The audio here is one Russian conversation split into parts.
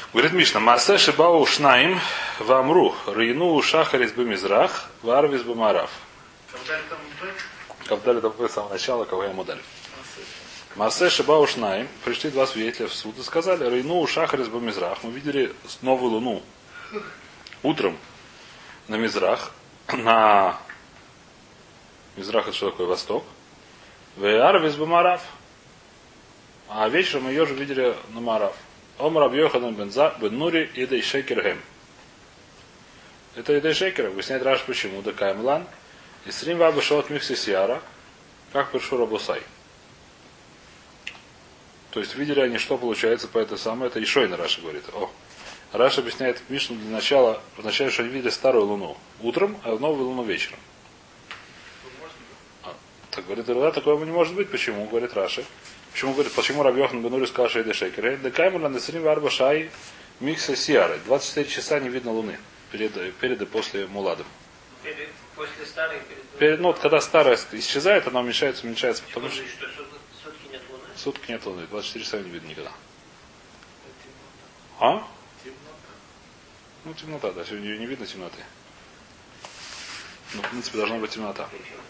Говорит Мишна, Марсе Шибау Шнаим Вамру, Рейну Шахарис Бемизрах, Варвис Бемараф. Кавдали там с самого начала, кого я ему дали. Марсе Шибау Шнаим, пришли два свидетеля в суд и сказали, Рейну Шахарис Бемизрах, мы видели новую луну утром на Мизрах, на Мизрах это что такое, восток, Варвис Бемараф, а вечером мы ее же видели на Мараф. Омар Абьёханан бен Нури Идей Шекерхем. Это Идей Шекер, объясняет Раш почему. Декаймлан. И срим ваба шот миксисиара, как першу рабусай. То есть видели они, что получается по этой самой. Это Ишойна Раша говорит. Раша объясняет Мишну для начала, вначале, что они видели старую луну утром, а новую луну вечером. Так говорит, да, такого не может быть. Почему? Говорит Раша. Почему Рабби Йохан бен Нури сказал, что это шекер? Декаймура несрим варба шай микса сиары. 24 часа не видно луны. Перед и после муладом. После старой? Когда старая исчезает, она уменьшается. Потому что сутки нет луны? Сутки нет луны. 24 часа не видно никогда. Темнота. Темнота, да. Сегодня не видно темноты. В принципе, должна быть темнота.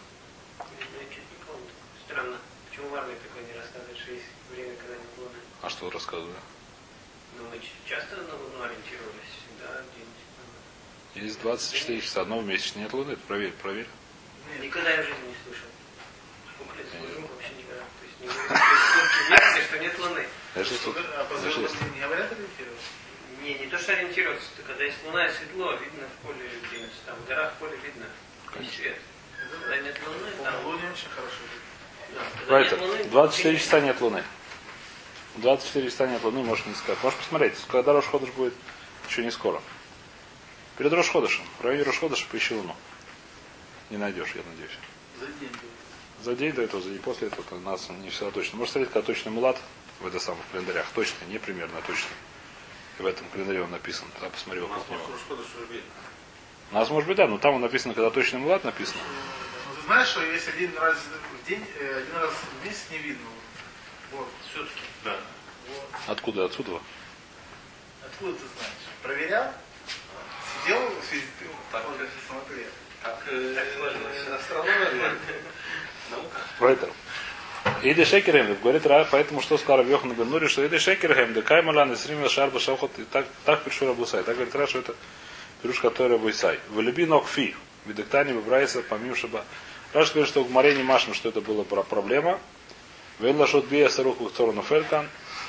Странно. Почему в армии такое не рассказывает, что есть время, когда нет луны? А что вы рассказывали? Мы часто на луну ориентировались. Всегда день. Есть 24 часа. Одного месяца нет луны. Проверь. Никогда я в жизни не слышал. Сколько лет служу, вообще никогда. То есть не верите, что нет луны. А по звездам не говорят ориентироваться? Не то, что ориентироваться. Когда есть луна и светло, видно в поле где-нибудь. Там в горах в поле видно. Свет. Когда нет луны, там... Луне очень хорошо видно. Поэтому 24 часа нет луны. 24 часа нет луны, можешь не сказать. Можешь посмотреть, когда Рош-Ходыш будет, еще не скоро. Перед Рош-Ходышем. В районе Рош-Ходыша поищи луну. Не найдешь, я надеюсь. За день до этого, за день после этого, у нас не всегда точно. Можешь смотреть, когда точный мулат в этих самых календарях. Точно, не примерно, а точно. И в этом календаре он написан. Тогда посмотри вокруг него. У нас может быть, да, но там он написан, когда точный мулат написано. Ты знаешь, что если один раз в день, один раз в месяц не видно. Вот, все-таки. Да. Вот. Откуда? Отсюда? Откуда ты знаешь? Проверял? Сидел, так вот смотрел. Как астрономия. Наука. Поэтому. Иди Шекерхем, говорит Ра, поэтому что сказал Рабби Йохан бен Нури, что Иди Шекерхем, да каймалан и сримил шарба шахот, и так пишу Рабусай. Так говорит Ра, что это пируш, который Рабусай. Вылюби нокфи, видоктани выбрайся помимо шаба. Раш говорит, что в Марене Машем, что это была проблема. Вен лашот бия саруху в сторону фелькан.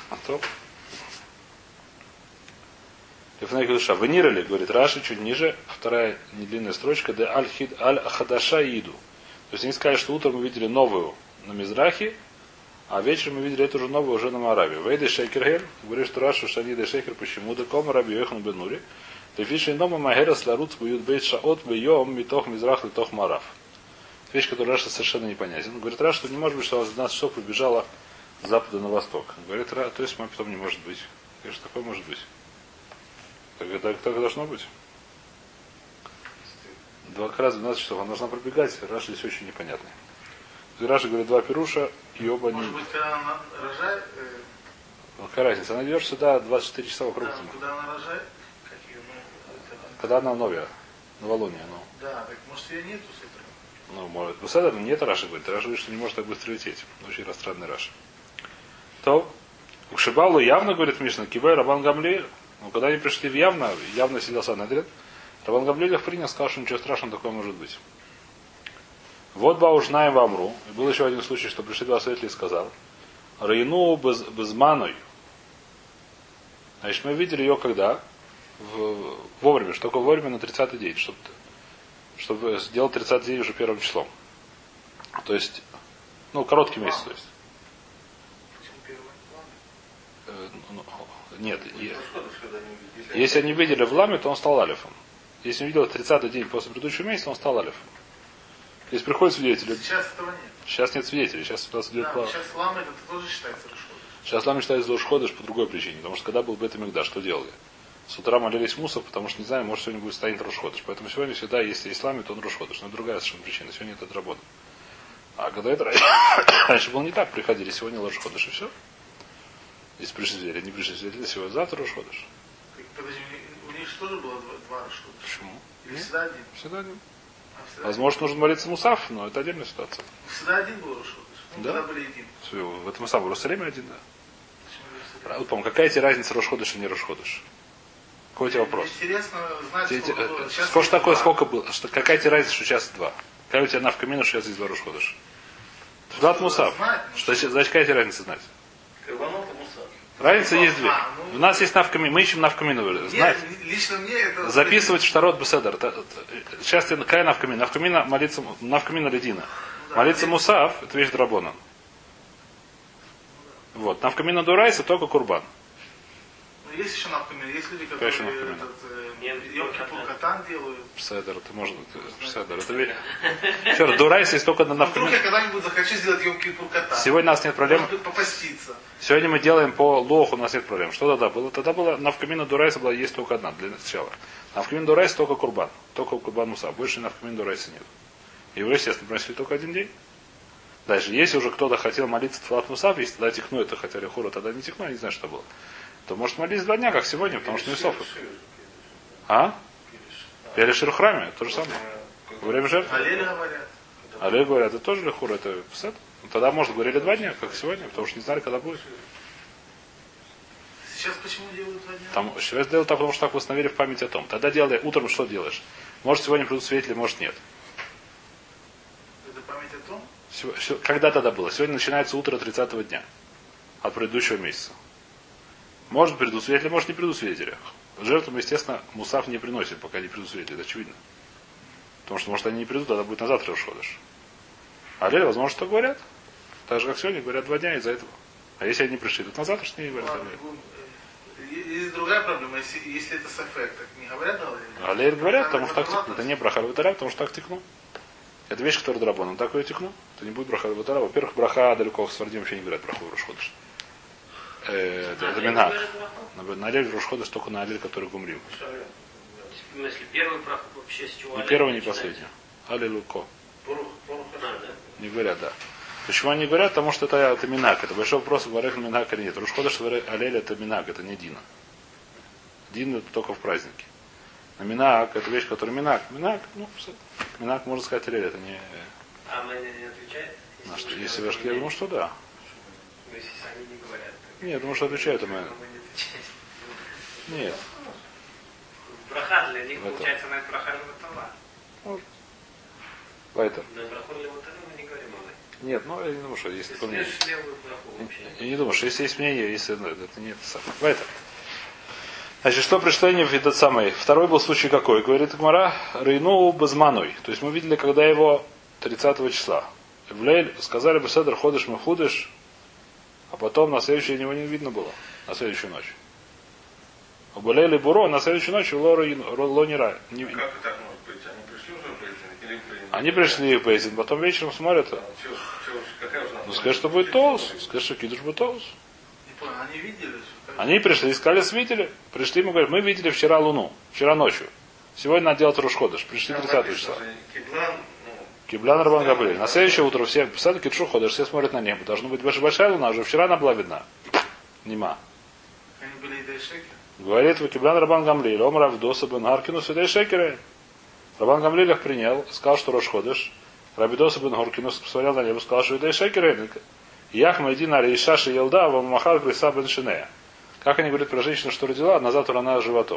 Лифнайки душа. Венирали, говорит Раши, чуть ниже, вторая недлинная строчка, де аль-хадаша иду. То есть они сказали, что утром мы видели новую на Мизрахе, а вечером мы видели эту же новую уже на Мораве. Вейды Шекерхем, говорит, что Рашу Шани де Шекер, почему? Да кома Рабби Йохан бен Нури. Тефиши дома Магерас ларуц бьют бейт шаот бьем митох Мизрах литох Марав. Вещь, которая Раша совершенно непонятен. Говорит Раша, что не может быть, что она с 12 часов побежала с запада на восток. Говорит Раша, то есть потом не может быть. Конечно, такое может быть. Так должно быть. Как раз 12 часов она должна пробегать. Раша здесь очень непонятный. Раша говорит два пируша, и оба не... Может быть, когда она рожает... Какая разница? Она идет сюда 24 часа вокруг. Да, когда она рожает? Когда она новая. Новолуние. Да, так может ее нету с утра? Может. Бусада нет, Раша говорит. Раша говорит, что не может так быстро лететь. Очень расстрадный Раша. То, у Шибалу явно, говорит Мишна, Кибай Рабан Гамлиэль. Но когда они пришли в явно сидел Санедрин, Рабан Гамлиэль их принял, сказал, что ничего страшного такое может быть. Вот Баушнаем Вамру. И был еще один случай, что пришли два свидетеля и сказал. Рейну безманой. Значит, мы видели ее когда? Вовремя. Что такое вовремя на 30-й день? Чтобы сделать 30-й день уже первым числом. То есть, короткий месяц, то есть. Нет. Если они видели в ламе, то он стал алифом. Если он видел 30-й день после предыдущего месяца, он стал алифом. Если приходят свидетели... Сейчас этого нет. Сейчас нет свидетелей. Сейчас у нас идет сейчас лама это тоже считается Рош-Ходыш. Сейчас лама считается Рош-Ходыш по другой причине. Потому что когда был Бет-Микдаш, что делали? С утра молились Мусов, потому что не знаю, может сегодня будет станет Рош-Ходыш. Поэтому сегодня всегда, если есть ламе, то он Рош-Ходыш. Но другая совершенно причина. Сегодня это отработано. А когда это раньше было не так, приходили сегодня Рош-Ходыш и все. Если пришли свидетели, не пришли свидетели, сегодня завтра Рош-Ходыш. Подожди, у них же тоже было два Рошходыша. Почему? Или всегда один? Всегда один. А всегда Возможно, нужно молиться Мусаф, но это отдельная ситуация. один? Всегда один был Рошходыш. Ну, Да? когда были един. В этом самом Иерусалиме один, да. Почему Иерусалим? Вот, по-моему, какая тебе разница Рошходыш и не Рошходыш? Какой у тебя вопрос? Интересно знать, сколько было. Сейчас Сколько есть такое, два. сколько было? Какая тебе разница, что сейчас два? Какая у тебя навкамина, что сейчас здесь два Рошходыш? Тфилат Мусаф. Знать, Что, значит, какая тебе разница знать? Каванот и Мусар. Разница есть две. Ну, У нас есть навкамин, мы ищем навкамину. Знать. лично мне это... Записывать в Штарот Беседер. Сейчас тебе какая навкамина? Навкамина молиться, навкамина ледина. Молиться Мусаф, это вещь драбона. Вот. Навкамина Дурайса только Курбан. Ну, есть еще навкамин. Есть люди, Конечно, которые навкамин. Йом-Кипур Катан делают. Седер, это можно. Седер, это вещь. Еще раз, Дурайса есть только на Ну, вдруг навкамина. я когда-нибудь захочу сделать Йом-Кипур Катан. Сегодня у нас нет проблем. Может быть, попаститься. Сегодня мы делаем по лоху, у нас нет проблем. Что тогда было? Тогда было навкамина Дурайса была есть только одна для начала. Навкамина Дурайса только Курбан. Только Курбан Муса. Больше навкамина Дурайса нет. Евреи, естественно, приносили только один день. Дальше, если уже кто-то хотел молиться Тфилат Мусав, если тогда текну это, хотя Лехура тогда не текну, я не знаю, что было, то может молиться 2 дня, как сегодня, потому что не софы. А? Перешир в храме, то же самое. Во время жертвы. Аллель говорят. Аллель говорят, это тоже Лехура, это сет. Тогда, может, говорили 2 дня, как сегодня, потому что не знали, когда будет. Сейчас почему делают 2 дня? Там, сейчас делают так, потому что так восстановили в память о том. Тогда делали утром, что делаешь? Может, сегодня придут свидетели, может, нет. Это память о том? Когда тогда было? Сегодня начинается утро 30-го дня. От предыдущего месяца. Может придут свидетели, может не придут свидетели. Жертвам, естественно, Мусав не приносит, пока не придут свидетели, это очевидно. Потому что, может, они не придут, тогда будет на завтра Рошходыш. А Лель, возможно, что говорят. Так же, как сегодня, говорят 2 дня из-за этого. А если они пришли, то на завтрашний день говорят. Есть другая проблема, если это сафек, так не говорят Аллель? Аллель говорят, потому что так текну. Это не браха ватара, потому что так текну. Это вещь, которая драбоном. Так ее текну. Это не будет браха ватара. Во-первых, браха далеко в Свардим вообще не говорят браху в Рошходыш. Это минак. На Аллель в Рошходыш только на Аллель, который гумрим. Если первый браху вообще с чего? Ни первого, ни последнего. Аллель Луко. Не говорят, да. Почему они говорят? Потому что это минак. Это большой вопрос, говорят минак или нет. Рошходыш Аллель это минак, это не дина. Дин это только в празднике. А минак это вещь, которая минак. Минак, ну, минак можно сказать Аллель, это не... А мы не отвечает? На что, если вешки, я думаю, что да. Ну, если они не говорят. Нет, я думаю, что отвечают им. Нет. Браха для них, Это. получается, на браха леватала. Поэтому. На браху леватала мы не говорим о ней. Нет, ну я не думаю, что есть такое мнение. Если левую браху вообще. Я не думаю, что если есть мнение, если это нет самое. Поэтому. Значит, что пришло не в этот самый. Второй был случай какой? Говорит Гмара, Рейну Базманой. То есть мы видели, когда его 30 числа. В Лейль сказали бы Седр, ходишь, мы худишь, а потом на следующий день его не видно было. На следующую ночь. Уболели Буро, на следующую ночь Лонира. Как это так может быть? Они пришли уже в Бейзин? Или Они пришли в Бейзин, потом вечером смотрят. какая уже Ну скажи, что будет Тоус. Скажи, что кидуш будет Тоус. Не понял, они видели? Они пришли, искали свидетели. Пришли, мы говорим, мы видели вчера луну. Вчера ночью. Сегодня надо делать Рошходыш. Пришли 30 числа. Киблан Рабан Габриэль. На следующее утро все писали Кидшу ходишь, все смотрят на небо. Должна быть большая луна, уже вчера она была видна. Нема. Они были и Дайшеки? Говорит Киблан Рабан Гамлиль, Омар Авдоса бен Харкинус и Дайшекере. Рабан Гамлиль их принял, сказал, что Рошходыш. Рабидоса бен Харкинус посмотрел на небо, сказал, что и Дайшекере. Яхма Эдина Рейшаши Елда, Вам Махар Гриса бен Шинея. Как они говорят про женщину, что родила, а на завтра она животом.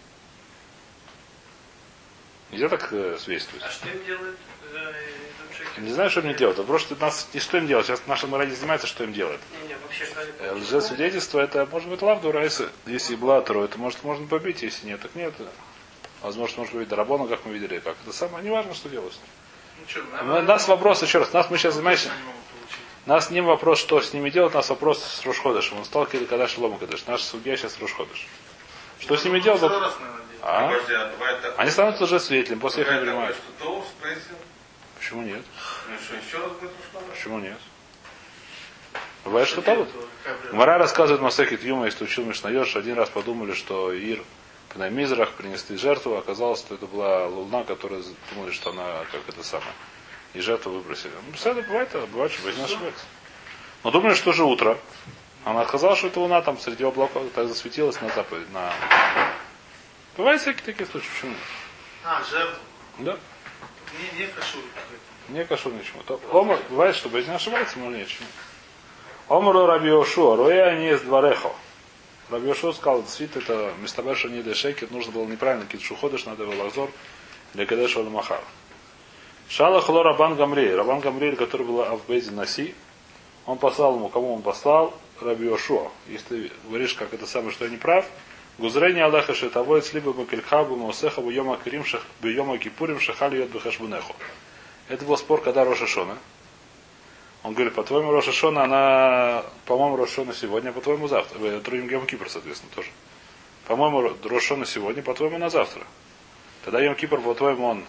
Нельзя так свидетельствовать. А что им делают? Не знаю, что мне делать. Вопрос, что нас не что им делать. Сейчас наши морали занимаются, что им делать. Не, вообще что Лжесвидетельство это может быть лавду райса. Если блатеру, это может можно побить, если нет, так нет. Возможно, можно побить Дарабона, как мы видели, как. Это самое, не важно, что делать. Ну, что, Нас вопрос, еще раз, мы сейчас занимаемся. Нас не вопрос, что с ними делать, нас вопрос с Рошходышем. Он стал когда Шелома Кадыш. Наш судья сейчас Рошходыш. Что с ними делать? А? Они станут лжесвидетелем, после их не принимают. Почему нет? Почему нет? Бывает, что там вот. Мара рассказывает Масехит Юма, если учил Мишнайош, один раз подумали, что Ир на Мизрах принесли жертву, оказалось, что это была луна, которая думали, что она как это самое. И жертву выбросили. Ну, это бывает, что не ошибается. Но думали, что же утро. Она сказала, что это луна там среди облаков, так засветилась на западе, на Бывают всякие такие случаи, почему? Жертву. Да. Не кашур. Не кашур ничему. Омар, бывает, что Бейдин ошибается, но ничего. Омару Раби Йошуа, роя не из дварехо. Раби Йошуа сказал, действительно, это местабеша не дешекет, нужно было неправильно кидшу ходыш, надо было лазор для кадеша махар. Шалах ло Рабан Гамриэль. Рабан Гамриэль, который был в Бейдин Наси, он послал ему, кому он послал? Раби Йошуа. Если ты говоришь, как это самое, что я не прав, гузрение Аллаха шетавоец либо бакельхабу маусеха бьема кирим бьема кипурим шахали йод бхашбунеху. Это был спор, когда Рош Шона. Он говорит, по-твоему, Рош Шона, она, по-моему, Рош Шона сегодня, а по-твоему, завтра. Труим Йом Кипр, соответственно, тоже. По-моему, Рош Шона сегодня, по-твоему, на завтра. Тогда Йом Кипр, по-твоему, он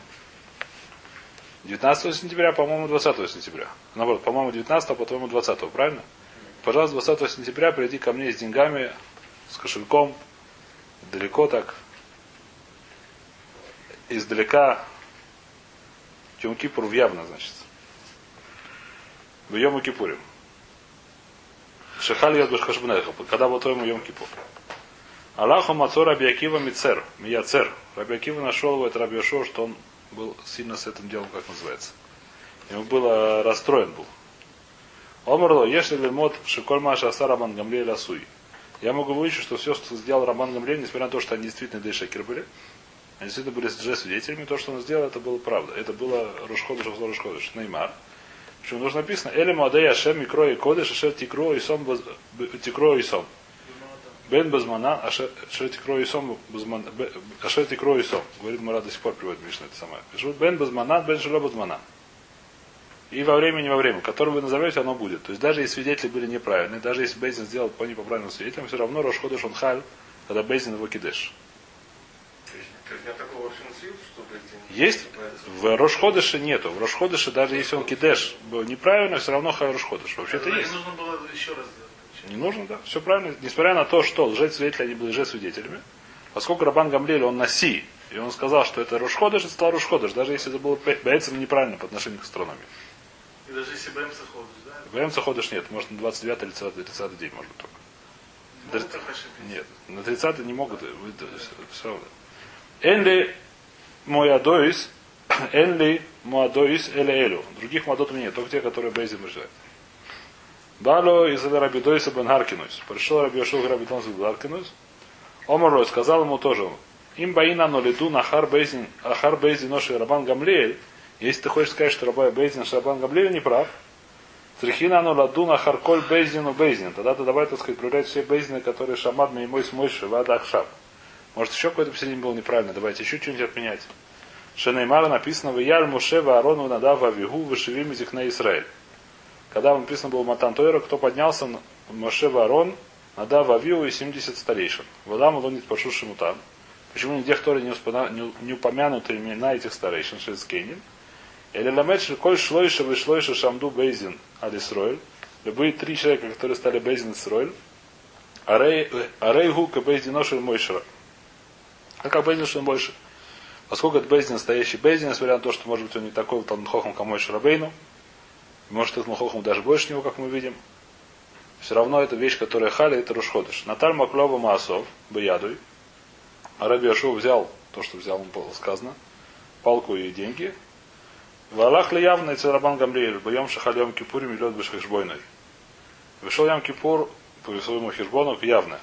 19 сентября, по-моему, 20 сентября. Наоборот, по-моему, 19, а по-твоему, 20, правильно? Пожалуйста, 20 сентября приди ко мне с деньгами, с кошельком, далеко так, издалека, Йом Кипур явно, значит. В Йому Кипуре. Шехаль йод бешхашбнеха, когда был твоему Йом Кипур. Аллаху мацор Раби Акива мицер, мияцер. Раби Акива нашел его, это Раби Йошуа, что он был сильно с этим делом, как называется. Ему было расстроен был. Омрло, если лельмот шиколь маша аса Рабан Гамлиэль асуй. Я могу выучить, что все, что сделал Рабан Гамлиэль, несмотря на то, что они действительно дейшекер были, они действительно были свидетелями, то, что он сделал, это было правда. Это было Рошходыш, Неймар. Почему нужно написано, Эле Муадей Ашем Микро и Кодыш, Ашер Тикро и Сом Тикро и Сом. Бен Базмана, Ашер Тикро и Сом, Ашер Тикро и Сом. Говорит, Мара до сих пор приводит Мишна это самое. Бен Базмана, Бен Шело Базмана. И во время, и не во время, которое вы назовете, оно будет. То есть даже если свидетели были неправильные, даже если Бейзин сделал по неправильным свидетелям, все равно Рошходыш он халь, когда Бейзин его кидеш. Нет такого шинсил, что есть? В Рошходыше нету. В Рошходыше, даже если он кидеш был неправильно, все равно хай Рошходыш. Вообще-то есть. Не нужно было еще раз сделать. Не нужно, да. Все правильно. Несмотря на то, что лжец-свидетели, они были лжец-свидетелями, поскольку Рабан Гамлиэль, он наси, и он сказал, что это Рошходыш, это стал Рошходыш, даже если это было бояться неправильно по отношению к астрономии. И даже если Бэмса ходишь, да? Бэмса ходишь нет, может на 29 или 30 день, может быть, только. Нет, на 30 не могут. Все равно. Энли Моядоис, Энли Моадоис Эле Элю. Других мадот у меня нет, только те, которые Бейзин мужают. Бало из Рабидоиса Бен Харкинус. Пришел Раби Йошуа Рабидонс Бен Харкинус. Омарой сказал ему тоже. Им баина но лиду на Ахар Бейзин ноши Рабан Гамлиэль. Если ты хочешь сказать, что Рабан Бейзин, что Рабан Гамлиэль не прав, Трихина но ладу на Харколь Бейзину Бейзин. Тогда ты давай, так сказать, проверять все Бейзины, которые Шамад Меймой Смойши Вада Ахшаб. Может, еще какое-то посередине было неправильно. Давайте еще что-нибудь отменять. Шенеймара написано: «Вияр Мушева Арону Надава Авигу Вышевим из на Израиль». Когда написано было Матан Тойра, кто поднялся Мошева Надава Авигу и 70 старейшин. Вадам Лонит Пашуши Мутан. Почему нигде в Торе не упомянуты имена этих старейшин, Шецкейнин? Или Ламедши Коль Шлойша Вышлойша Шамду Бейзин Алисроэль. Любые три человека, которые стали Бейзин Исроэль. Арейгу Кабейзиноши Мойшера. А как Бейзин, что он больше? Поскольку это Бейзин настоящий Бейзин, несмотря на то, что, может быть, он не такой Талмухохом, как Мойши Рабейну, может, этот Талмухохом даже больше него, как мы видим, все равно это вещь, которая хали, это Рушходыш. Наталь Маклова Маасов, Баядуй, Раби Йошуа взял то, что взял, ему сказано, палку и деньги. Валах ли явно, это Рабан Гамлиэль, боем шахаль Йом Кипур, миллион бешхешбойной. Вышел Йом Кипур по своему хешбону явно.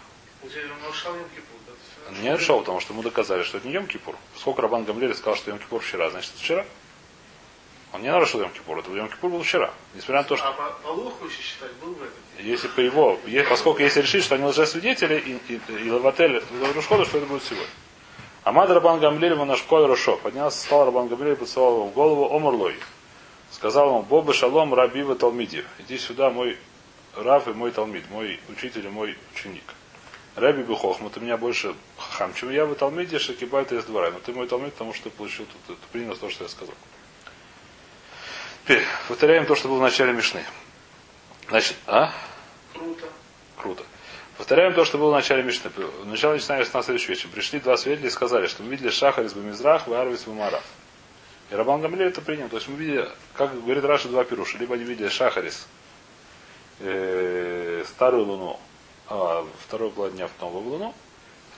Не решил, потому что ему доказали, что это не Йом Кипур. Сколько Рабан Гамлиэль сказал, что Йом Кипур вчера, значит, это вчера. Он не нарушил Йом Кипур, это Йом Кипур был вчера. Несмотря на то, что... А по Луху еще считать был в этом? Если по его... Поскольку если решить, что они лжесвидетели, и Лаватель, Рушхода, что это будет сегодня. Амад Рабан Гамлиэль ему на школе Рошо. Поднялся, стал Рабан Гамлиэль, поцеловал его в голову, Омурлой. Сказал ему: Боба Шалом Раби ва Талмиди. Иди сюда, мой Рав и мой Талмид, мой учитель и мой ученик. Раби Бухохма, ты меня больше хахам, чем я в Талмиде, шакибайта из двора. Но ты мой Талмид, потому что ты получил тут, ты принял то, что я сказал. Теперь повторяем то, что было в начале Мишны. Значит, Круто. Повторяем то, что было в начале Мишны. Начало начинается на следующий вечер. Пришли два свидетеля и сказали, что мы видели Шахарис Бамизрах, Варвис Бамарав. И Рабан Гамлиэль это принял. То есть мы видели, как говорит Раши, два пируша. Либо они видели Шахарис, старую луну, а второй была дня в новую луну.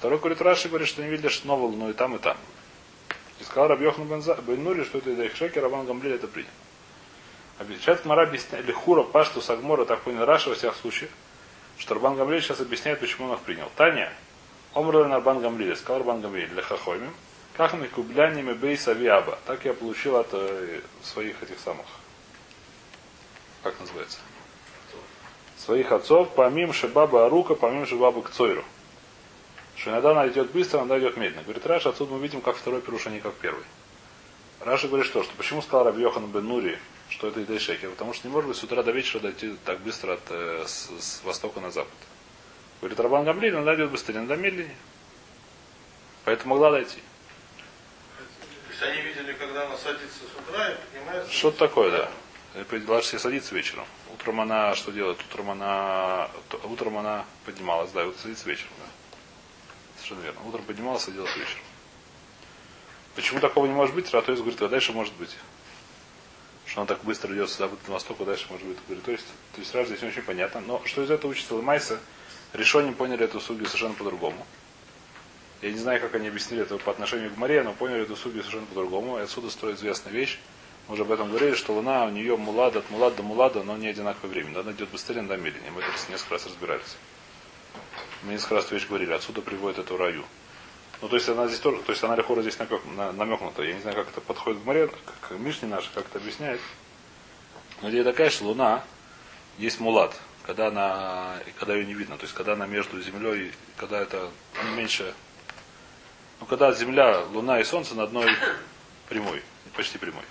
Второй говорит, Раши говорит, что не видишь новую луну и там, и там. И сказал Раби Йохан бен Нури, что это Идей Шекер, Рабан Гамлиль это принял. Обещает Мара объясняет, или Хура, Пашту, Сагмора, так понял Раши во всех случаях, что Рабан Гамлиль сейчас объясняет, почему он их принял. Таня, Омрлен Рабан Гамлиль, сказал Рабан Гамлиль, для Хахоймим, как мы кублянями бейса виаба. Так я получил от своих этих самых, как называется, своих отцов, помим шибаба арука, помим шибаба к цойру. Что иногда она идет быстро, иногда идет медленно. Говорит Раши, отсюда мы видим, как второй пируш, а не как первый. Раши говорит, что почему сказал Раби Йохан бен Нури, что это Идей Шекер? Потому что не может быть с утра до вечера дойти так быстро с востока на запад. Говорит, Рабан Гамлиль, иногда идет быстрее, иногда медленнее. Поэтому могла дойти. То есть они видели, когда она садится с утра и поднимается? Что-то такое, да. Ладно, себе садится вечером. Утром она что делает? Утром она поднималась, да, и вот садится вечером, да. Совершенно верно. Утром поднималась, садилась вечером. Почему такого не может быть? Ратоис говорит, а дальше может быть. Что она так быстро идет сюда, на восток, а дальше может быть. Говорит, то есть раз здесь не очень понятно. Но что из этого учится Ламайса, решением поняли эту судью совершенно по-другому. Я не знаю, как они объяснили это по отношению к Маре, но поняли эту судью совершенно по-другому. И отсюда строит известная вещь. Мы уже об этом говорили, что луна у нее мулада от мулада до мулада, но не одинаковое время. Она идет быстрее, иногда медленнее. Мы это несколько раз разбирались. Мы несколько раз эту вещь говорили. Отсюда приводит эту раю. Ну, то есть она здесь тоже, то есть она лихора здесь намекнута. Я не знаю, как это подходит к Маре, как Мишне наши, как это объясняет. Но идея такая, что луна есть мулад, когда ее не видно. То есть когда она между землей, когда это меньше. Ну, когда земля, луна и солнце на одной прямой, почти прямой.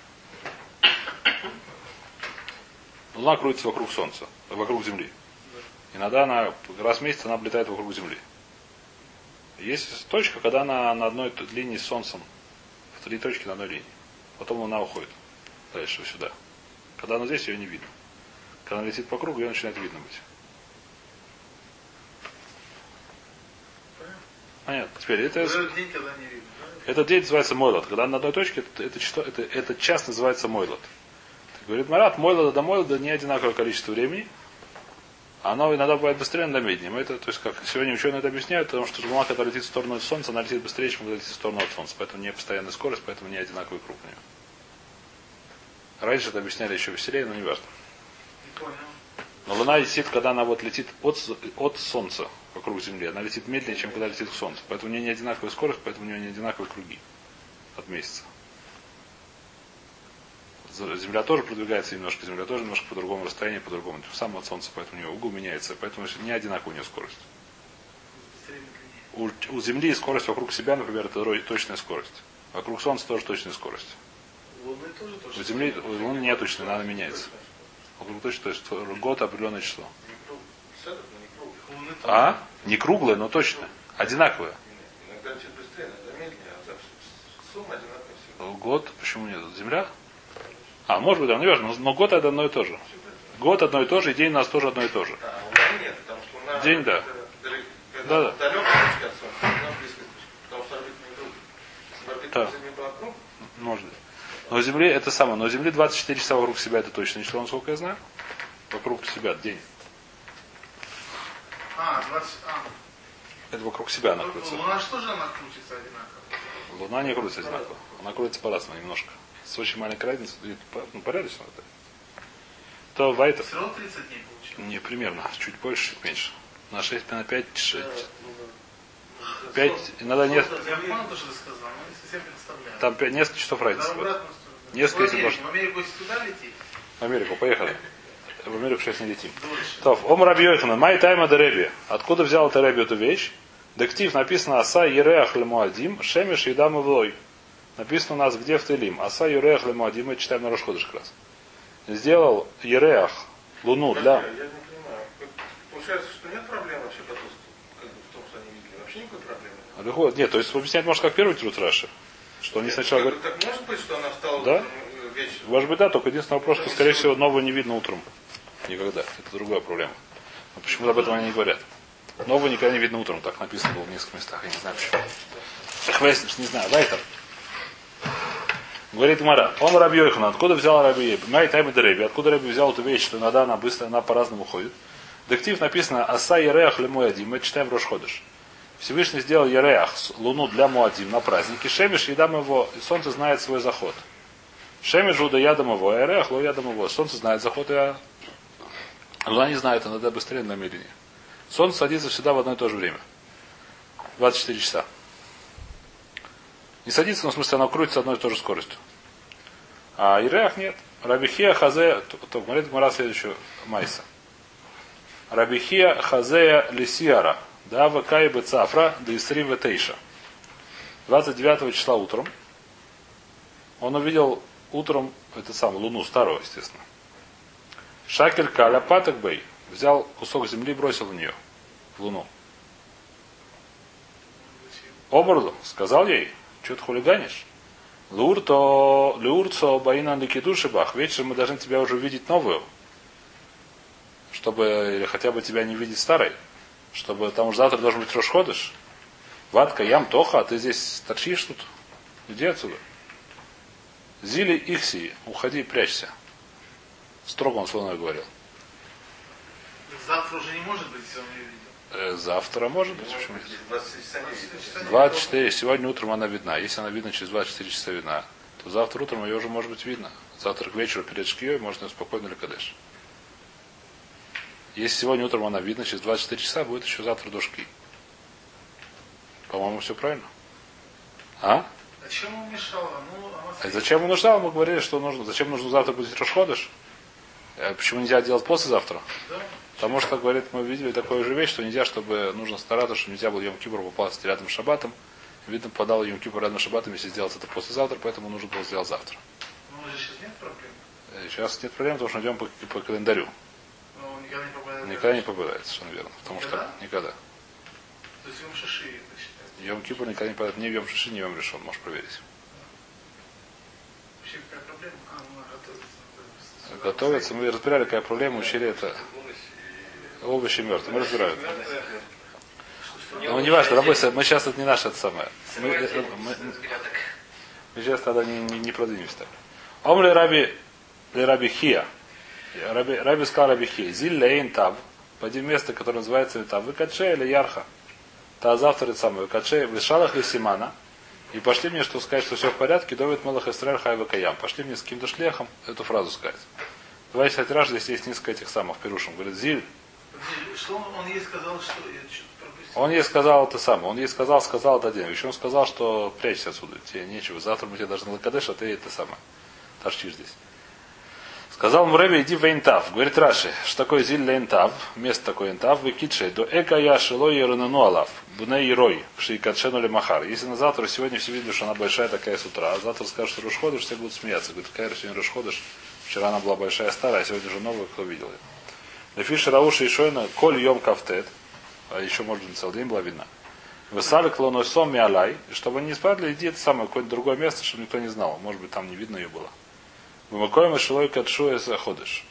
Луна крутится вокруг солнца, вокруг земли. Иногда она, раз в месяц она облетает вокруг земли. Есть точка, когда она на одной линии с солнцем, в 3 точки на одной линии. Потом луна уходит дальше сюда. Когда она здесь, ее не видно. Когда она летит по кругу, ее начинает видно быть. Понятно. Теперь этот день, когда не видно, да? Этот день называется мойлот. Когда она на одной точке, этот час называется мойлот. Говорит Марат, мойлода до мойлода не одинаковое количество времени. Оно иногда бывает быстрее, иногда медленнее. Это, то есть, как сегодня ученые это объясняют, потому что луна, когда летит в сторону от Солнца, она летит быстрее, чем когда летит в сторону от Солнца. Поэтому не постоянная скорость, поэтому не одинаковый круг у нее. Раньше это объясняли еще веселее, но не важно. Но луна летит, когда она вот летит от Солнца вокруг Земли. Она летит медленнее, чем когда летит к Солнцу. Поэтому у нее не одинаковая скорость, поэтому у нее не одинаковые круги от месяца. Земля тоже продвигается немножко, Земля тоже немножко по другому расстоянию, по-другому. Сам от Солнца, поэтому у нее угол меняется, поэтому не одинаковая у нее скорость. У Земли скорость вокруг себя, например, это точная скорость. Вокруг Солнца тоже точная скорость. У Земли у Луны не точная, она меняется. Вокруг точно, то есть год определенное число. А? Не круглое, но точно. Одинаковое. Иногда чуть быстрее, иногда медленнее, а сумма одинаковая всегда. Год, почему нет? Земля? Может быть, да, неважно, но год это одно и то же. Год одно и то же, и день у нас тоже одно и то же. Луна нет, потому что Луна день, да. Да. Далекая точка от Солнца, она близкая точка, потому что орбита не круг. Если орбита Земли была круг, может быть. Но у Земли это самое, но у Земли 24 часа вокруг себя это точное число, насколько я знаю. Вокруг себя день. 20. Это вокруг себя она крутится. Луна что же она крутится одинаково? Луна не крутится одинаково. Она крутится по-разному немножко. С очень маленькой разницей. Порядочно это. То Вайта. Все равно 30 дней получилось. Не, примерно. Чуть больше, чуть меньше. На 6, на 5, 6. 5, иногда нет. Я понял то, что ты сказал, но не совсем представляю. Там 5, несколько часов разницы. Несколько, если в Америку, если туда лететь? В Америку, поехали. В Америку сейчас не летим. Ом Раби Йоханан, май тайма де Реби. Откуда взял это Реби эту вещь? Дектив написано Аса Ереах Лемуадим, Шемеш Едам Ивлой. Написано у нас где в Телим. Аса Ереах Лемуадим, мы читаем на Рош-Ходыш как раз. Сделал Ереах, луну для... Я не понимаю. Получается, что нет проблем вообще по в том, что они видели. Вообще никакой проблемы. Нет, то есть объяснять может как первый труд Раши. Что они сначала говорят... Так может быть, что она встала да? Вечером? Может быть, да, только единственный вопрос, что, скорее всего, нового не видно утром. Никогда. Это другая проблема. Но почему об этом они не говорят? Нового никогда не видно утром. Так написано было в нескольких местах. Я не знаю почему. Так выяснишь, не знаю. Вайтер. Говорит Мара. Он Раби Йоханан. Откуда взял Раби Йоханан? Май тайм де Реби. Откуда Раби взял эту вещь, что иногда она быстро, она по-разному ходит? Дектив написано Аса Ереах Лемуадим. Мы читаем Рош Ходыш. Всевышний сделал Ереах, луну для Муадим на празднике. Шемиш едам его, и солнце знает свой заход. Шемиш жуда ядам его, Ереах ло ядам его. Солнце знает заход, а луна не знает, иногда быстрее намерение. Солнце садится всегда в одно и то же время. 24 часа. Не садится, но в смысле оно крутится одной и той же скоростью. А Ереах нет. Рабихия хазе, то говорит Гмара следующую майса. Рабихия хазея лисиара. Да, вакай бецафра, да исри ветейша. 29 числа утром он увидел утром это самое, луну, старую, естественно. Шакель каля паток бей. Взял кусок земли и бросил в нее, в луну. Оборду, сказал ей, что ты хулиганишь? Леурцо баина ликидушибах. Вечером мы должны тебя уже увидеть новую. Чтобы, или хотя бы тебя не видеть старой. Чтобы там уже завтра должен быть Рош-Ходыш. Ватка, ям, тоха, а ты здесь торчишь тут? Иди отсюда. Зили ихси, уходи, прячься. Строго он словно говорил. Завтра уже не может быть, если он ее видел. Завтра может быть. Почему? 24. 24. Сегодня утром она видна. Если она видна через 24 часа видна, то завтра утром ее уже может быть видно. Завтра к вечеру перед шкией можно спокойно ликадеш. Если сегодня утром она видна, через 24 часа будет еще завтра до шки. По-моему, все правильно. А? А чем ему мешало? Зачем ему нужно? Мы говорили, что нужно. Зачем нужно завтра будет Рош-Ходыш? Почему нельзя делать послезавтра? Да. Потому что, говорит, мы видели такую же вещь, что нельзя, чтобы нужно стараться, чтобы нельзя было Йом-Кипур попасть рядом с Шаббатом. Видно, попадал Йом-Кипур рядом с Шаббатом, если сделать это послезавтра, поэтому нужно было сделать завтра. Но уже сейчас нет проблем. Сейчас нет проблем, потому что идем по календарю. Но он никогда не попадает. Никогда не попадает, совершенно верно. Потому Никогда? что никогда. То есть Йом Шиши это считается. Йом-Кипур никогда не попадает ни в Йом-Шиши, ни в Йом-Решон, можешь проверить. Вообще какая проблема? Ну, готовится. Готовится, мы разбирали, какая проблема, учили это. Овощи мертвые, мы разбираем. Ну, не важно, работа, мы сейчас это не наше, это самое. Мы сейчас тогда не продвинемся так. Омли раби Хия. Раби сказал раби Хия. Зиль лейн тав. Пойди в место, которое называется тав. Выкаче или ярха. Та завтра это самое. Выкаче. Вышалах ли симана. И пошли мне, что сказать, что все в порядке. Довид Мелах Исраэль Хайва Каям. Пошли мне с каким-то шлехом эту фразу сказать. Давайте хоть раз, здесь есть несколько этих самых пирушим. Говорит, Зиль. Что он ей сказал, что я что-то пропустил? Он ей сказал это самое. Он ей сказал это один. Еще он сказал, что прячься отсюда. Тебе нечего. Завтра мы тебе должны лакадеш, а ты это самое. Торчишь здесь. Сказал ему Рэби, иди в Эйнтав. Говорит Раши, что такое зиль лейнтав, место такое Эйнтав, выкидшей, до эка я шилой ерунану алав, буней ерой, шейкатшену ли махар. Если на завтра, сегодня все видели, что она большая такая с утра, а завтра скажут, что Рош-Ходыш, все будут смеяться. Говорит, какая сегодня Рош-Ходыш, вчера она была большая старая, а сегодня уже новая, кто видел ее. Лефиши Рауши и Шойна, коль йом кафтет, а еще, может быть, целый день была видна. Высалик лоносом миалай, чтобы они не спали, иди это самое, какое-то другое место, чтобы никто не знал. Может быть, там не видно ее было. Вымакоем и шилой катшуя заходишь.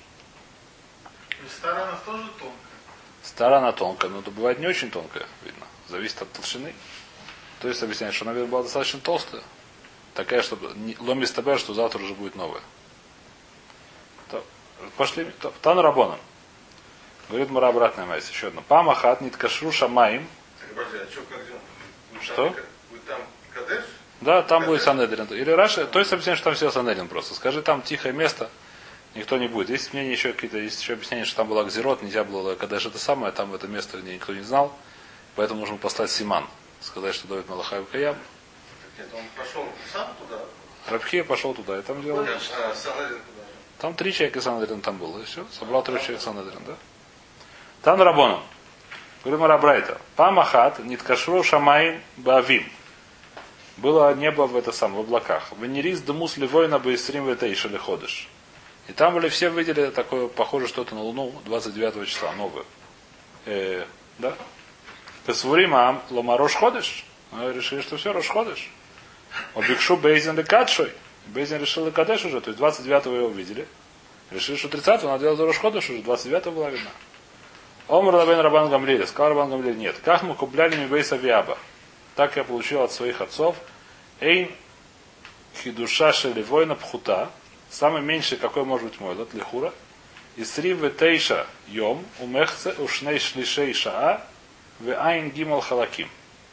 Старая она тоже тонкая. Старая она тонкая, но это бывает не очень тонкая, видно. Зависит от толщины. То есть объясняет, что она, наверное, была достаточно толстая. Такая, чтобы ломис табер, что завтра уже будет новая. Пошли. Тан Рабонан. Говорит Мара обратная майся. Еще одно. Памахат нит кашру шамаим. Что? Вы там Кадеш? Да, там будет Санедрин. Или Раша, то есть объясняет, что там все Санедрин просто. Скажи, там тихое место, никто не будет. Есть мнение еще какие-то, есть еще объяснение, что там была Гзирот, нельзя было Кадеш это самое, там это место никто не знал. Поэтому нужно послать Симан. Сказать, что Давид Малахай в Каям. Нет, он пошел сам туда. Рабхия пошел туда, и там делал. Санедрин куда? Там 3 человека Санедрин там было, и все. Собрал 3 человека Санедрин, да? Тан Рабоном. Говорит Марабрайта. Памахат ниткашру шамаим баавим. Было небо в это самое, в облаках. Венерис демус ливойна баисрим ветейшели ходыш. И там были все видели такое, похоже что-то на Луну 29 числа, новую. Да? Касвурима ломарош ходыш. Решили, что все, Рош-Ходыш. Обикшу Бейзин лекадшой. Бейзин решил лекадеш уже, то есть 29-го его увидели. Решили, что 30-го надо делать Рош-Ходыш уже, 29-го была видна. Омр Рабен Рабан Гамлиля. Сказал Рабан Гамлиля, нет. Как мы купляли Мибейса Виаба. Так я получил от своих отцов. Эйн хидуша шелевойна пхута. Самый меньший, какой может быть мой, от лихура. Исри ветейша йом умехце ушней шлишей шаа в айн гимал халаким.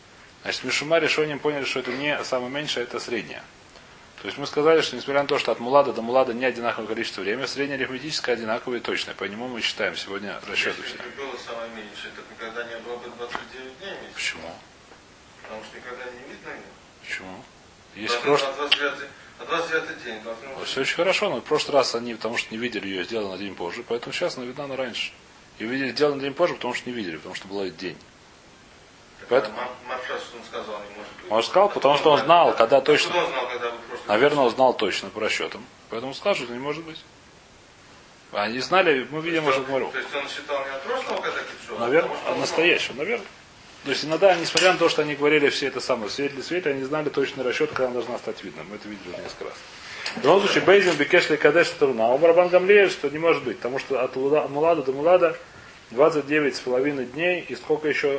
Значит, Мишума решением поняли, что это не самое меньшее, это среднее. То есть мы сказали, что несмотря на то, что от мулада до мулада не одинаковое количество времени, среднее арифметическое одинаковое и точное. По нему мы считаем сегодня расчеты. Если бы было самое меньшее, то никогда не было бы 29 дней месяца. Почему? Потому что никогда не видно его. Почему? Есть прошлый... А 29 день должно быть. Все очень хорошо, но в прошлый раз они, потому что не видели ее, сделали на день позже, поэтому сейчас она видна она раньше. И видели, сделали на день позже, потому что не видели, потому что был день. Поэтому... Маршал, что он сказал, не может быть. Он сказал, потому что он знал, когда точно. Он знал, когда вы прошлый Наверное, он знал точно по расчетам. Поэтому сказал, что это не может быть. Они знали, мы видим уже говорю. То есть он считал не от прошлого, когда пришел? Наверное, от настоящего, наверное. То есть иногда, несмотря на то, что они говорили все это самое, светли, они знали точный расчет, когда она должна стать видна. Мы это видели уже несколько раз. В любом случае, Бейзин, Бекешли, Кадеш, Турна. А Барабан Гамлеев, что не может быть, потому что от Мулада до Мулада 29,5 дней, и сколько еще?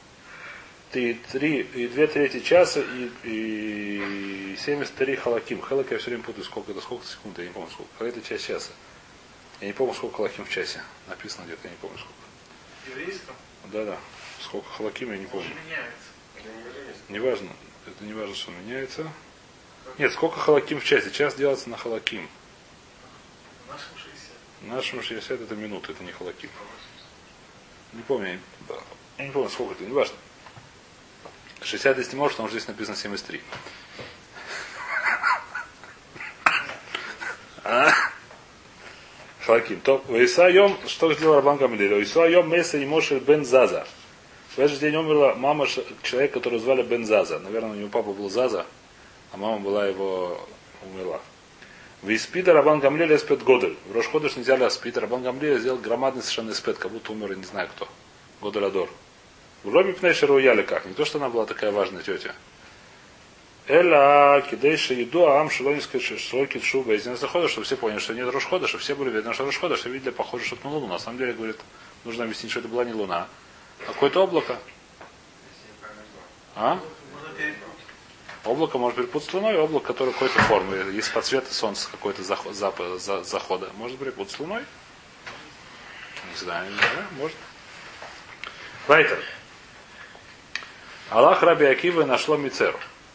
2/3 часа и 73 халаким. Халак я все время путаю, сколько это, сколько секунд, я не помню сколько. Это часть часа. Я не помню, сколько халаким в часе. Написано где-то, я не помню сколько. Еврейском? Да. Сколько халаким, я не помню. Меняется. Неважно. Это не важно, что меняется. Нет, сколько халаким в часе? Час делается на халаким. В нашем 60. В нашем 60 это минуты, это не халаким. Не помню, я не помню, сколько это, не важно. 60 здесь не может, потому что здесь написано 73. Халаким. То, Исайом, что сделал Рабан Гамлиэль? Исайом Меса и Мошель бен Заза. В этот же день умерла мама человека, которого звали Бен Заза. Наверное, у него папа был Заза, а мама была его умерла. В Испида Рабан Гамлиэль эспет Годель. В Рошходыш нельзя ли аспид. Рабан Гамлиэль сделал громадный совершенно эспет, как будто умер, не знаю кто. Годель Адор. В Роби Пнейшер уяли как. Не то, что она была такая важная тетя. Эла кидейша еду, а ам шелониская шелокит шуба. Из захода, чтобы все поняли, что нет Рошхода, что все были видны, что Рошхода, что видели похоже, что это на Луну. На самом деле, говорит, нужно объяснить, что это была не Луна, а какое-то облако. А? Облако может перепутать с Луной, облако, которое какой-то формы. Есть по цвету солнца какой-то захода. Может перепутать с Луной? Не знаю, может. Вайтер. Аллах Раби Акива нашло Мицеру.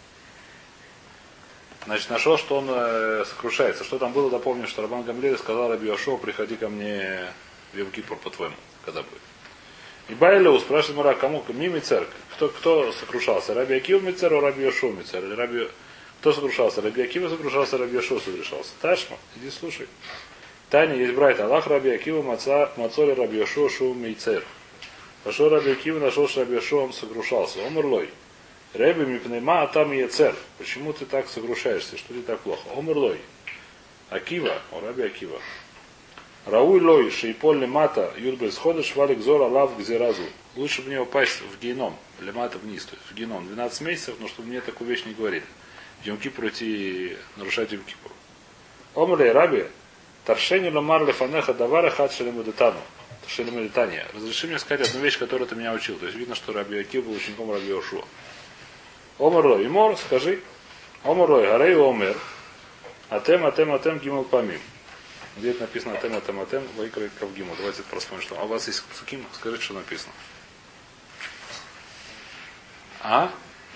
Значит, нашел, что он сокрушается. Что там было, допомню, что Рабан Гамлиэль сказал Раби Йошуа, приходи ко мне в Йом-Кипур по-твоему, когда будет. И Байлеу спрашивает Мара, кому? Мими церковь. Кто сокрушался? Раби Акива Мицеру, Раби Йошуа Мицеру? Или Кто сокрушался? Раби Акива сокрушался, Раби Йошуа сокрушался. Ташма, иди слушай. Таня есть брайт. Аллах Раби Акива Мацоли Раби Йошуа Шу Мицер. Пошел Раби Акива, нашел, что Раби Йошуа он сокрушался. Омрлой. Раби Мипнейма, а там и цер. Почему ты так сокрушаешься? Что тебе так плохо? Омрлой. Акива, Раби Акива. Рауй лой, шейполь лемата, юдбель схода, швалик зора лав гзеразу. Лучше бы мне упасть в геном, лемата вниз, то есть в геном. 12 месяцев, но чтобы мне такую вещь не говорили. В Йом-Кипур идти нарушать Йом-Кипур. Омрлей Раби, таршени ламар лефанеха давара хат шелемудетану. Шелемудетания. Разреши мне сказать одну вещь, которую ты меня учил. То есть видно, что Раби Акив был учеником Раби Йошуа. Омрлой, Имор, скажи. Омрлой, гарей омер. Атем гимал памим. Где это написано атем, вайкра кавгиму. Давайте просмотрим, что. А у вас есть суким? Скажите, что написано. А?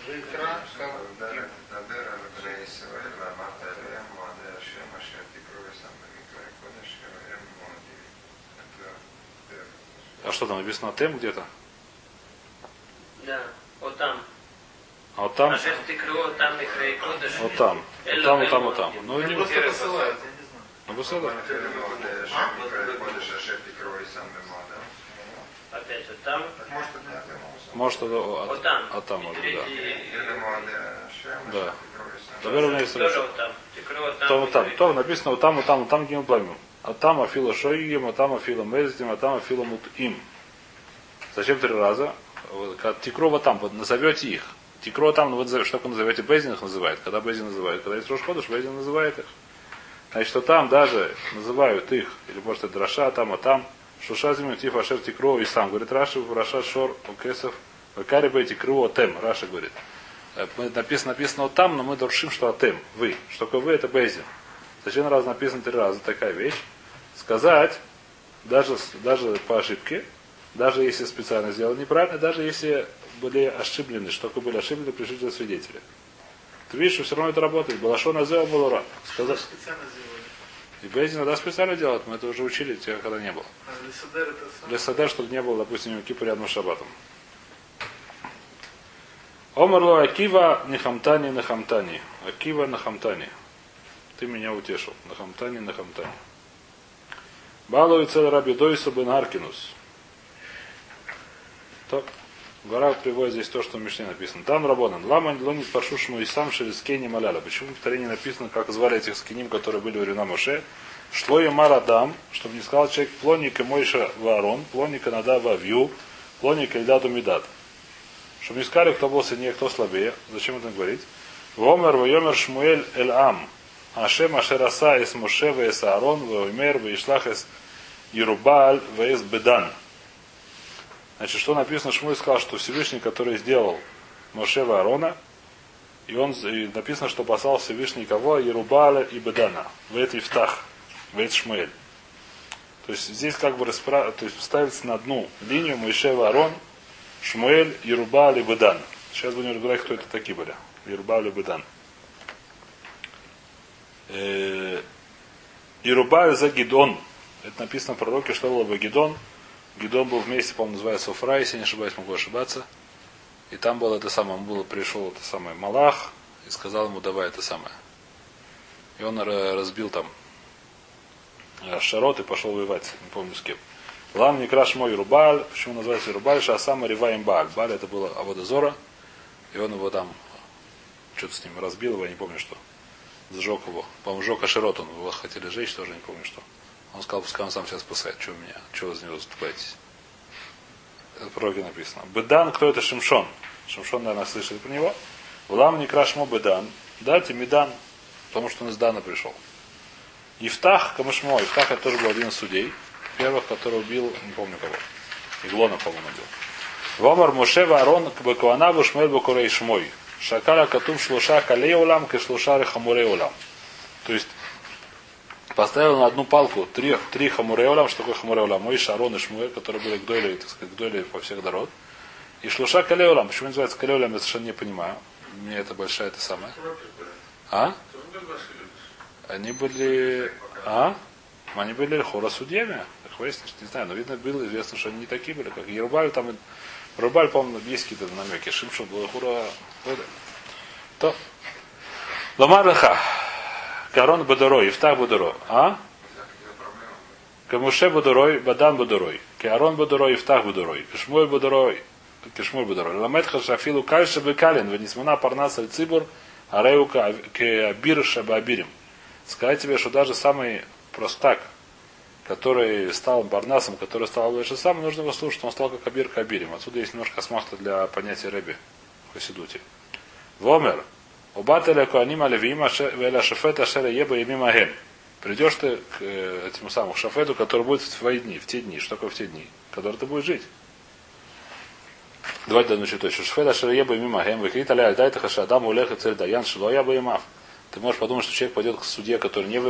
А что там написано атем где-то? Да, вот там. А вот там? Вот там. Вот там. Ну, не Просто посылают, я не знаю. Ну, посылают. Опять вот там. Может, Вот там. А там, может, да. Да. Наверное, есть тоже вот там. Вот там. То написано вот там гимн пламю. А там афила шоигим, а там афила мездим, а там афила мут им. Зачем 3 раза? Тикрова там, назовете их. Тикро там, вы что такое назовете? Бездин их называет. Когда Бездин называют? Когда есть Рош-Ходыш, Бездин называет их. Значит, что там даже называют их, или может это Раша, там, а там, Шуша Зимитив Ашер Тикро и сам. Говорит Раша, Раша Шор Окесов, Вакарибе Тикро Атем. Раша говорит. Написано вот там, но мы доршим, что Атем, вы. Что такое вы, это Бездин. Зачем раз написано 3 раза такая вещь? Сказать, даже по ошибке, даже если специально сделано неправильно, даже если были ошиблены, что такое были ошиблены пришедшие свидетели. Ты видишь, что все равно это работает. Балашон Азео был рад. Что специально сделали? И Бейдин иногда специально делают, мы это уже учили, тебя когда не было. Лесадер это сам? Лесадер, чтобы не было, допустим, Йом-Кипур рядом с Шаббатом. Омарло Акива Нехамтани Нехамтани. Акива Нахамтани. Ты меня утешил. Нахамтани Нахамтани. Балу и цель Раби Дойсу бен Аркинус. То. Гора приводит здесь то, что в Мишне написано. Там Рабонан. Лама лонит паршушму и сам через Кени маляля. Почему в Таре не написано, как звали этих скиним, которые были у Рина Моше? Шло и Марадам, чтобы не сказал человек плоника Мойша Варон, плоника Нада Вавью, плоника Ильдаду Медад. Чтобы не сказали, кто был сильнее, кто слабее. Зачем это говорить? Вомер Войомер Шмуэль Эль Ам. Ашем Ашераса из Моше Вес Аарон, Воймер Вейшлах из Ерубааль Вес Бедан. Значит, что написано, Шмуэль сказал, что Всевышний, который сделал Моше и Аарона, и написано, что послал Всевышний кого? Ерубааля и Бедана. Вет Ифтах. Вет Шмуэль. То есть здесь как бы то есть ставится на одну линию Моше и Аарон, Шмуэль, Ерубааль и Бедан. Сейчас будем разбирать, кто это такие были. Ерубааль и Бедан. Ерубааль за Гидон. Это написано в пророке, что было бы Гидон. Гидон был вместе, по-моему, называется Офра, если не ошибаюсь, могу ошибаться. И там было это самое, пришел это самое Малах и сказал ему, давай это самое. И он разбил там Шарот и пошел воевать, не помню с кем. Лам не краш мой Рубаль, почему называется Рубаль, а сам Риваем Баль. Баль это было Аводозора, и он его там что-то с ним разбил его, я не помню что. Сжег его. По-моему, сжег Ашерот, он его хотели сжечь, тоже не помню что. Он сказал, пускай он сам себя спасает. Что вы меня? Чего вы за него заступаетесь? Это в пророке написано. Бедан, кто это? Шимшон. Шимшон, наверное, слышали про него. Влам не крашмо Бедан. Дайте Медан, потому что он из Дана пришел. Ифтах, Камышмо. Ифтах это тоже был один из судей. Первых, который убил, не помню кого. Иглона, по-моему, убил. Вомар Моше Ваарон Бакуанаву Шмель Бакурей Шмой. Шакаля Катум Шлуша Калей Улам Кешлушары Хамурей Улам. То есть поставил на одну палку три хамуреолам. Что такое хамуреолам? Мой Шарон и Шмуэль, которые были гдойли, так сказать, гдойли по всех дорог. И шлуша калеолам. Почему называется калеолам, я совершенно не понимаю. Мне это большая это самое. А? Они были... А? Они были хора судьями. Так выяснилось, не знаю, но видно было известно, что они не такие были, как Ерубаль. Там Рубаль, по-моему, есть какие-то намеки. Шимшон был хура. То. Ламараха. Карон Бадорой, Ифтах Бадорой. А? Камуше Бадорой, Бадан Бадорой. Карон Бадорой, Ифтах Бадорой. Кашмуэль Бадорой, Кашмуэль Бадорой. Ламетха Шафилу Кальша Бекалин, Венисмана Парнаса Цибур, Ареука Кеабир Шабабирим. Сказать тебе, что даже самый простак, который стал Барнасом, который стал больше сам, нужно его слушать, он стал как Абир Кабирим. Отсюда есть немножко асмахта для понятия Реби в Хасидуте. Вомер. Убателя Куанима Левима Веля Шафета Шера Еба и Мимагем. Придешь ты к этому самому Шафету, который будет в твои дни, в те дни. Что такое в те дни? В которые ты будешь жить. Давайте дадим чуть точно. Шафета Шера Еба и Мимагем. Выкрит аля Альдайта Хашадам Улеха Цель Даян Шило Яба и Мав. Ты можешь подумать, что человек пойдет к судье, который не в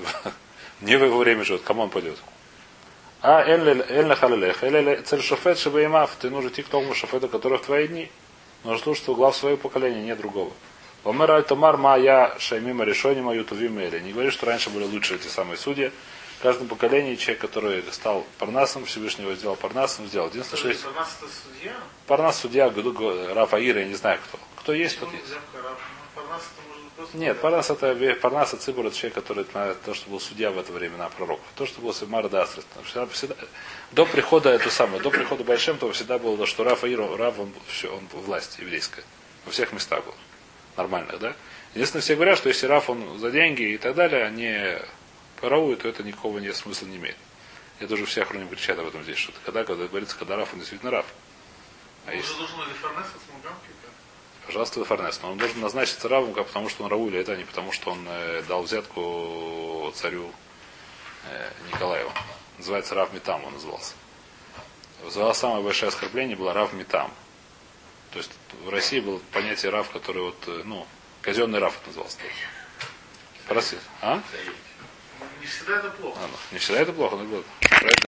его время живет. Кому он пойдет? А Эльна Халилех. Цель Шафет Шеба и Мав. Ты нужен идти к тому Шафету, который в твои дни. Нужно слушать глав своего поколения, нет другого. Омер Аль-Тамар Мая Шаймима Решонима Ютувим Эли. Не говори, что раньше были лучше эти самые судьи. В каждом поколении человек, который стал Парнасом, Всевышнего сделал Парнасом, сделал. Единственное, что есть... Парнас это судья? Парнас судья, Рафаира, я не знаю кто. Кто есть, тот есть. Парнас это может быть просто... Нет, Парнас это Цибур, это человек, который то, что был судья в это время на пророков. То, что был Симар Дастрит. До прихода это самое, до прихода Большим, то всегда было, что Рафаир, он власть еврейская. Во всех местах был. Нормальных, да? Единственное, все говорят, что если Раф он за деньги и так далее, они воруют, то это никакого смысла не имеет. Это уже все охроним кричат об этом здесь, что когда говорится, когда Раф, он действительно Раф. А он уже должен быть Фарнес от Смуганки? Пожалуйста, Фарнес. Но он должен назначиться Равом, как потому что он Рау, или это не потому, что он дал взятку царю Николаеву. Называется Рав Митам, он назывался. Самое большое оскорбление было Рав Митам. То есть в России было понятие Рав, который казенный Рав это назывался. А? Не всегда это плохо. Не всегда это плохо, но было.